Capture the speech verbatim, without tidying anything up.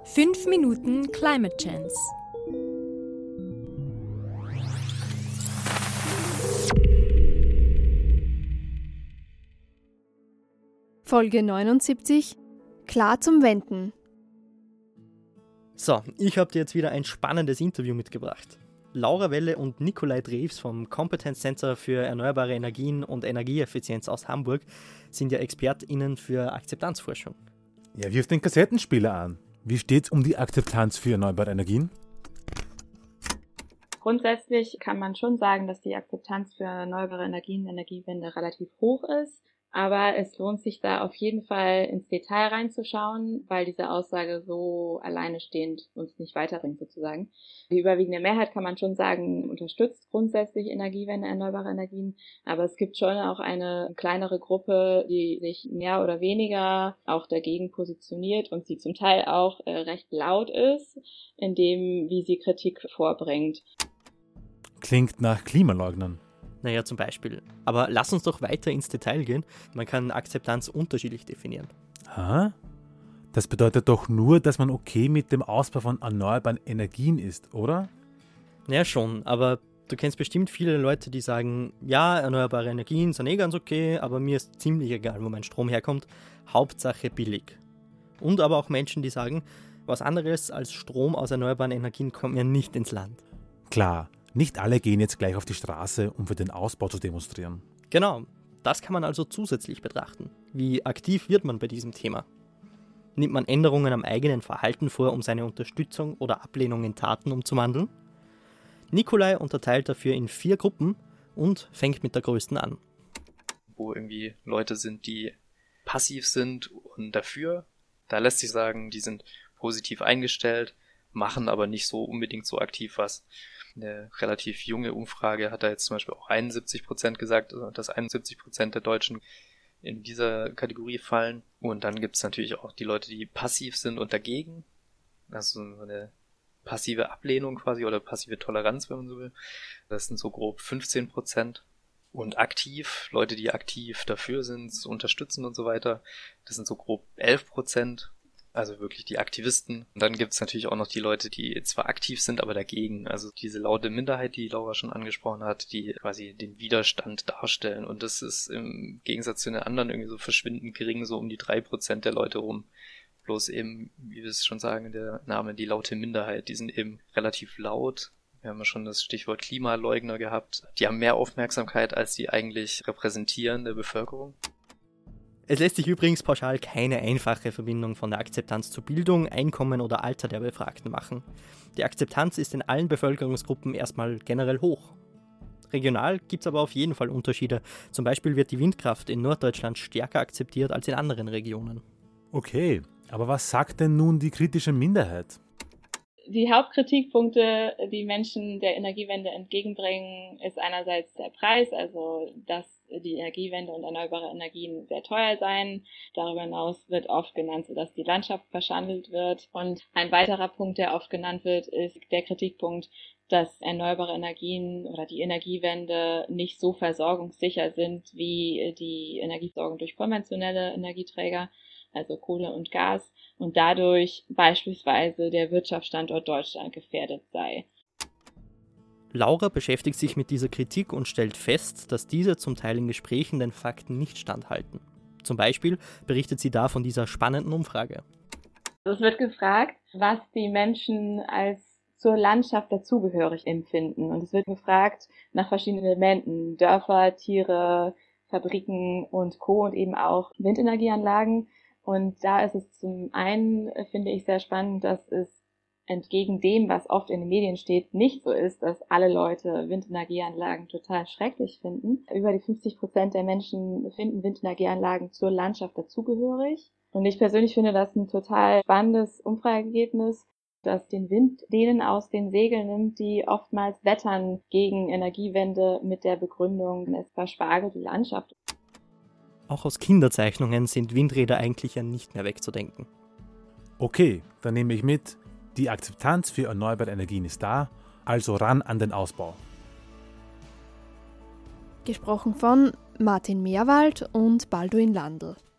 fünf Minuten Climate Chance. Folge neunundsiebzig. Klar zum Wenden. So, ich habe dir jetzt wieder ein spannendes Interview mitgebracht. Laura Welle und Nikolai Drews vom Competence Center für erneuerbare Energien und Energieeffizienz aus Hamburg sind ja ExpertInnen für Akzeptanzforschung. Ja, wirf den Kassettenspieler an. Wie steht's um die Akzeptanz für erneuerbare Energien? Grundsätzlich kann man schon sagen, dass die Akzeptanz für erneuerbare Energien, Energiewende relativ hoch ist. Aber es lohnt sich da auf jeden Fall ins Detail reinzuschauen, weil diese Aussage so alleine stehend uns nicht weiterbringt sozusagen. Die überwiegende Mehrheit, kann man schon sagen, unterstützt grundsätzlich Energiewende, erneuerbare Energien. Aber es gibt schon auch eine kleinere Gruppe, die sich mehr oder weniger auch dagegen positioniert und sie zum Teil auch äh, recht laut ist, in dem, wie sie Kritik vorbringt. Klingt nach Klimaleugnern. Naja, zum Beispiel. Aber lass uns doch weiter ins Detail gehen. Man kann Akzeptanz unterschiedlich definieren. Ha? Das bedeutet doch nur, dass man okay mit dem Ausbau von erneuerbaren Energien ist, oder? Naja, schon. Aber du kennst bestimmt viele Leute, die sagen, ja, erneuerbare Energien sind eh ganz okay, aber mir ist ziemlich egal, wo mein Strom herkommt. Hauptsache billig. Und aber auch Menschen, die sagen, was anderes als Strom aus erneuerbaren Energien kommt mir nicht ins Land. Klar. Nicht alle gehen jetzt gleich auf die Straße, um für den Ausbau zu demonstrieren. Genau, das kann man also zusätzlich betrachten. Wie aktiv wird man bei diesem Thema? Nimmt man Änderungen am eigenen Verhalten vor, um seine Unterstützung oder Ablehnung in Taten umzuwandeln? Nikolai unterteilt dafür in vier Gruppen und fängt mit der größten an. Wo irgendwie Leute sind, die passiv sind und dafür, da lässt sich sagen, die sind positiv eingestellt, machen aber nicht so unbedingt so aktiv was. Eine relativ junge Umfrage hat da jetzt zum Beispiel auch einundsiebzig Prozent gesagt, dass einundsiebzig Prozent der Deutschen in dieser Kategorie fallen. Und dann gibt es natürlich auch die Leute, die passiv sind und dagegen. Also so eine passive Ablehnung quasi oder passive Toleranz, wenn man so will. Das sind so grob fünfzehn Prozent. Und aktiv, Leute, die aktiv dafür sind, unterstützen und so weiter, das sind so grob elf Prozent. Also wirklich die Aktivisten. Und dann gibt es natürlich auch noch die Leute, die zwar aktiv sind, aber dagegen. Also diese laute Minderheit, die Laura schon angesprochen hat, die quasi den Widerstand darstellen. Und das ist im Gegensatz zu den anderen irgendwie so verschwindend gering, so um die drei Prozent der Leute rum. Bloß eben, wie wir es schon sagen, der Name, die laute Minderheit, die sind eben relativ laut. Wir haben ja schon das Stichwort Klimaleugner gehabt. Die haben mehr Aufmerksamkeit, als sie eigentlich repräsentieren der Bevölkerung. Es lässt sich übrigens pauschal keine einfache Verbindung von der Akzeptanz zu Bildung, Einkommen oder Alter der Befragten machen. Die Akzeptanz ist in allen Bevölkerungsgruppen erstmal generell hoch. Regional gibt es aber auf jeden Fall Unterschiede. Zum Beispiel wird die Windkraft in Norddeutschland stärker akzeptiert als in anderen Regionen. Okay, aber was sagt denn nun die kritische Minderheit? Die Hauptkritikpunkte, die Menschen der Energiewende entgegenbringen, ist einerseits der Preis, also dass die Energiewende und erneuerbare Energien sehr teuer seien. Darüber hinaus wird oft genannt, dass die Landschaft verschandelt wird. Und ein weiterer Punkt, der oft genannt wird, ist der Kritikpunkt, dass erneuerbare Energien oder die Energiewende nicht so versorgungssicher sind wie die Energieversorgung durch konventionelle Energieträger, also Kohle und Gas, und dadurch beispielsweise der Wirtschaftsstandort Deutschland gefährdet sei. Laura beschäftigt sich mit dieser Kritik und stellt fest, dass diese zum Teil in Gesprächen den Fakten nicht standhalten. Zum Beispiel berichtet sie da von dieser spannenden Umfrage. Es wird gefragt, was die Menschen als zur Landschaft dazugehörig empfinden. Und es wird gefragt nach verschiedenen Elementen: Dörfer, Tiere, Fabriken und Co. und eben auch Windenergieanlagen. Und da ist es zum einen, finde ich, sehr spannend, dass es entgegen dem, was oft in den Medien steht, nicht so ist, dass alle Leute Windenergieanlagen total schrecklich finden. Über die fünfzig Prozent der Menschen finden Windenergieanlagen zur Landschaft dazugehörig. Und ich persönlich finde das ein total spannendes Umfrageergebnis, das den Wind denen aus den Segeln nimmt, die oftmals wettern gegen Energiewende mit der Begründung, es verspargelt die Landschaft. Auch aus Kinderzeichnungen sind Windräder eigentlich ja nicht mehr wegzudenken. Okay, dann nehme ich mit, die Akzeptanz für erneuerbare Energien ist da, also ran an den Ausbau. Gesprochen von Martin Meerwald und Balduin Landl.